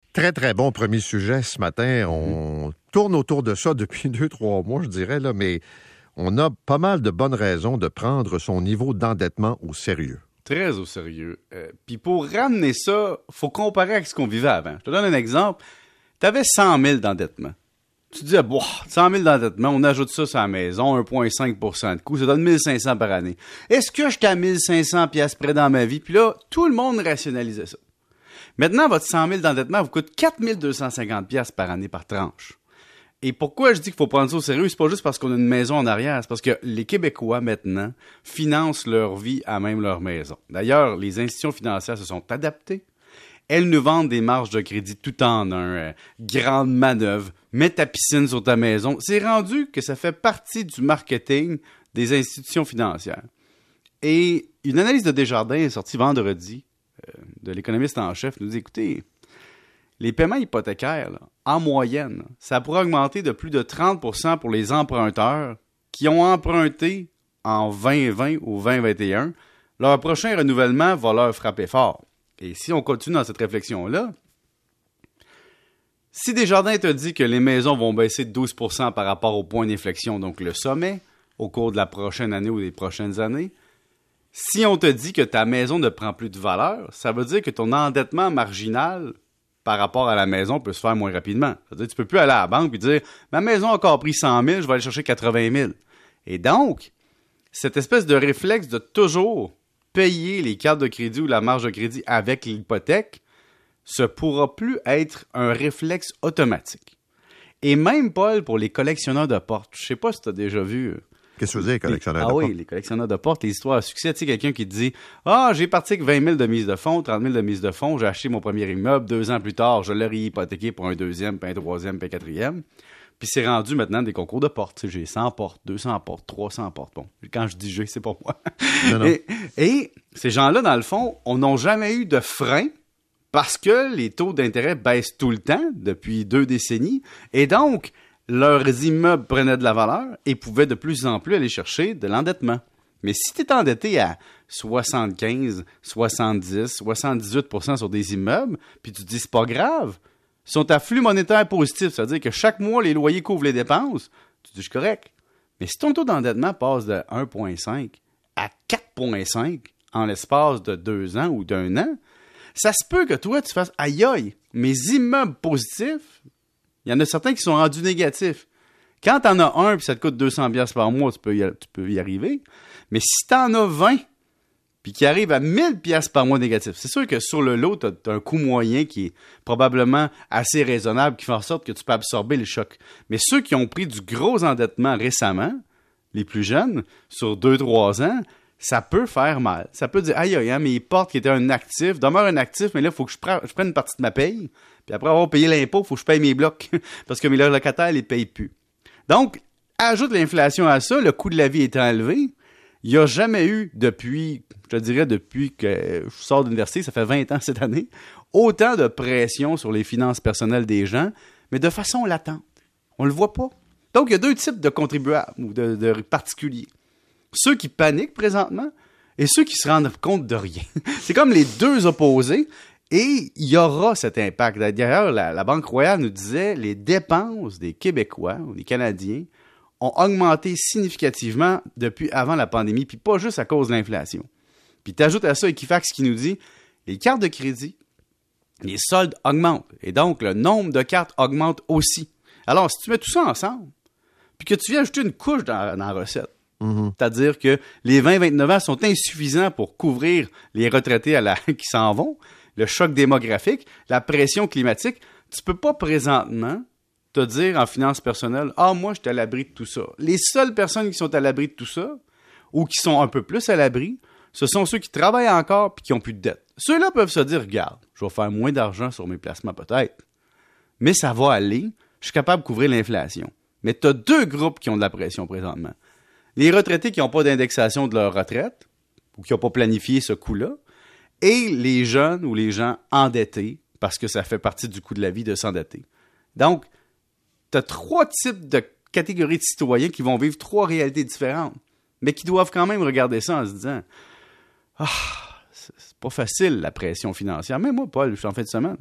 Très, très bon premier sujet ce matin. On tourne autour de ça depuis 2-3 mois, je dirais, là, mais on a pas mal de bonnes raisons de prendre son niveau d'endettement au sérieux. Très au sérieux. Puis pour ramener ça, faut comparer avec ce qu'on vivait avant. Je te donne un exemple. Tu avais 100 000 d'endettement. Tu te disais, 100 000 d'endettement, on ajoute ça sur la maison, 1,5 % de coût, ça donne 1 500 par année. Est-ce que j'étais à 1 500 piastres près dans ma vie? Puis là, tout le monde rationalisait ça. Maintenant, votre 100 000 d'endettement vous coûte 4 250 piastres par année par tranche. Et pourquoi je dis qu'il faut prendre ça au sérieux? C'est pas juste parce qu'on a une maison en arrière, c'est parce que les Québécois, maintenant, financent leur vie à même leur maison. D'ailleurs, les institutions financières se sont adaptées. Elles nous vendent des marges de crédit tout en un, grande manœuvre, mets ta piscine sur ta maison. C'est rendu que ça fait partie du marketing des institutions financières. Et une analyse de Desjardins est sortie vendredi, de l'économiste en chef, nous dit, écoutez, les paiements hypothécaires, là, en moyenne, ça pourrait augmenter de plus de 30 % pour les emprunteurs qui ont emprunté en 2020 ou 2021. Leur prochain renouvellement va leur frapper fort. Et si on continue dans cette réflexion-là, si Desjardins te dit que les maisons vont baisser de 12 % par rapport au point d'inflexion, donc le sommet, au cours de la prochaine année ou des prochaines années, si on te dit que ta maison ne prend plus de valeur, ça veut dire que ton endettement marginal par rapport à la maison peut se faire moins rapidement. C'est-à-dire que tu ne peux plus aller à la banque et dire « Ma maison a encore pris 100 000, je vais aller chercher 80 000 ». Et donc, cette espèce de réflexe de toujours payer les cartes de crédit ou la marge de crédit avec l'hypothèque, ce pourra plus être un réflexe automatique. Et même, Paul, pour les collectionneurs de portes, je sais pas si tu as déjà vu... Qu'est-ce que tu veux dire, collectionneurs de portes? Ah oui, les collectionneurs de portes, les histoires à succès. Tu sais, quelqu'un qui te dit « Ah, j'ai parti avec 20 000 de mise de fonds, 30 000 de mise de fonds, j'ai acheté mon premier immeuble, 2 ans plus tard, je l'aurais hypothéqué pour un deuxième, puis un troisième, puis un quatrième. » Puis c'est rendu maintenant des concours de portes. Tu sais, j'ai 100 portes, 200 portes, 300 portes. Bon, quand je dis j'ai, c'est pas moi. Non. Et ces gens-là, dans le fond, on n'a jamais eu de frein parce que les taux d'intérêt baissent tout le temps depuis 2 décennies. Et donc, leurs immeubles prenaient de la valeur et pouvaient de plus en plus aller chercher de l'endettement. Mais si tu es endetté à 75, 70, 78 % sur des immeubles, puis tu te dis c'est pas grave, sont à flux monétaire positif, c'est-à-dire que chaque mois, les loyers couvrent les dépenses, tu te dis, je suis correct. Mais si ton taux d'endettement passe de 1,5 à 4,5 en l'espace de 2 ans ou d'1 an, ça se peut que toi, tu fasses, aïe aïe, mes immeubles positifs, il y en a certains qui sont rendus négatifs. Quand tu en as un et ça te coûte 200 $ par mois, tu peux y arriver. Mais si tu en as 20 puis qui arrive à 1 000 $ par mois négatif, c'est sûr que sur le lot, tu as un coût moyen qui est probablement assez raisonnable, qui fait en sorte que tu peux absorber le choc. Mais ceux qui ont pris du gros endettement récemment, les plus jeunes, sur 2-3 ans, ça peut faire mal. Ça peut dire, aïe, aïe, mes portes qui étaient un actif, demeurent un actif, mais là, il faut que je prenne une partie de ma paye. Puis après avoir payé l'impôt, il faut que je paye mes blocs, parce que mes locataires ne les payent plus. Donc, ajoute l'inflation à ça, le coût de la vie étant élevé, il n'y a jamais eu depuis que je sors d'université, ça fait 20 ans cette année, autant de pression sur les finances personnelles des gens, mais de façon latente. On ne le voit pas. Donc, il y a 2 types de contribuables ou de particuliers. Ceux qui paniquent présentement et ceux qui se rendent compte de rien. C'est comme les 2 opposés et il y aura cet impact. D'ailleurs, la Banque Royale nous disait les dépenses des Québécois ou des Canadiens ont augmenté significativement depuis avant la pandémie, puis pas juste à cause de l'inflation. Puis tu ajoutes à ça Equifax qui nous dit les cartes de crédit, les soldes augmentent, et donc le nombre de cartes augmente aussi. Alors, si tu mets tout ça ensemble, puis que tu viens ajouter une couche dans la recette, c'est-à-dire que les 20-29 ans sont insuffisants pour couvrir les retraités qui s'en vont, le choc démographique, la pression climatique, tu peux pas présentement te dire en finances personnelles, « Ah, moi, je suis à l'abri de tout ça. » Les seules personnes qui sont à l'abri de tout ça, ou qui sont un peu plus à l'abri, ce sont ceux qui travaillent encore et qui n'ont plus de dette. Ceux-là peuvent se dire, « Regarde, je vais faire moins d'argent sur mes placements peut-être, mais ça va aller, je suis capable de couvrir l'inflation. » Mais tu as 2 groupes qui ont de la pression présentement. Les retraités qui n'ont pas d'indexation de leur retraite, ou qui n'ont pas planifié ce coût-là, et les jeunes ou les gens endettés, parce que ça fait partie du coût de la vie de s'endetter. Donc, tu as 3 types de catégories de citoyens qui vont vivre 3 réalités différentes, mais qui doivent quand même regarder ça en se disant « Ah, c'est pas facile la pression financière. » Mais moi, Paul, je suis en fin de semaine.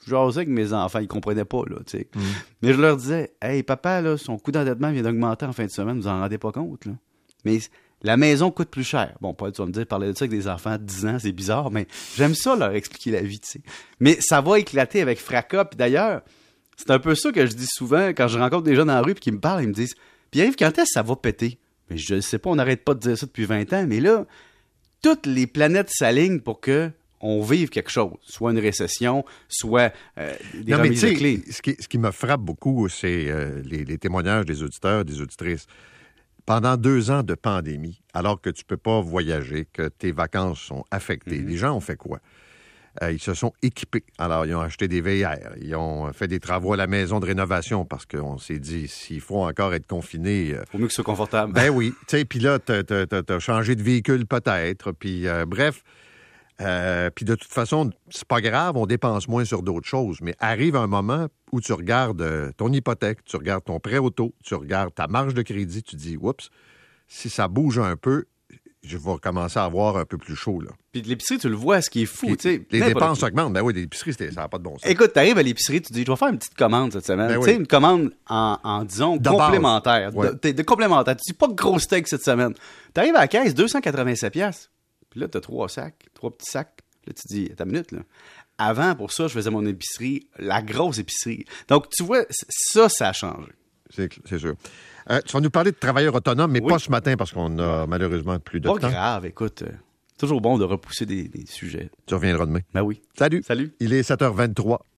Je jasais avec mes enfants, ils comprenaient pas, là, tu sais. Mais je leur disais, hey, papa, là, son coût d'endettement vient d'augmenter en fin de semaine, vous en rendez pas compte, là. Mais la maison coûte plus cher. Bon, Paul, tu vas me dire, parler de ça avec des enfants de 10 ans, c'est bizarre, mais j'aime ça leur expliquer la vie, tu sais. Mais ça va éclater avec fracas, puis d'ailleurs, c'est un peu ça que je dis souvent quand je rencontre des gens dans la rue puis qui me parlent, ils me disent « Puis Yves, quand est-ce que ça va péter? » Mais je ne sais pas, on n'arrête pas de dire ça depuis 20 ans, mais là, toutes les planètes s'alignent pour que on vive quelque chose, soit une récession, soit des remises de clés. Ce qui me frappe beaucoup, c'est les témoignages des auditeurs, des auditrices. Pendant 2 ans de pandémie, alors que tu peux pas voyager, que tes vacances sont affectées, les gens ont fait quoi? Ils se sont équipés. Alors, ils ont acheté des VR, ils ont fait des travaux à la maison de rénovation parce qu'on s'est dit, s'il faut encore être confiné... Faut mieux que ce soit confortable. Ben oui. Tu sais, puis là, t'as changé de véhicule peut-être, puis bref... puis de toute façon, c'est pas grave, on dépense moins sur d'autres choses, mais arrive un moment où tu regardes ton hypothèque, tu regardes ton prêt auto, tu regardes ta marge de crédit, tu dis, oups, si ça bouge un peu, je vais commencer à avoir un peu plus chaud, là. Puis de l'épicerie, tu le vois, ce qui est fou, tu sais. Les dépenses augmentent. Ben oui, l'épicerie, ça n'a pas de bon sens. Écoute, t'arrives à l'épicerie, tu dis, je vais faire une petite commande cette semaine. Ben tu sais, oui. une commande en disons, De complémentaire. base. Ouais. De complémentaire. Tu dis pas de gros steak cette semaine. T'arrives à la caisse, 287 piastres. Puis là, t'as 3 petits sacs. Là, tu dis, attends une minute, là. Avant, pour ça, je faisais mon épicerie, la grosse épicerie. Donc, tu vois, ça a changé. C'est sûr. Tu vas nous parler de travailleurs autonomes, mais Oui. pas ce matin parce qu'on a malheureusement plus de Pas temps. grave, écoute. Toujours bon de repousser des sujets. Tu reviendras demain. Ben oui. Salut. Salut. Il est 7h23.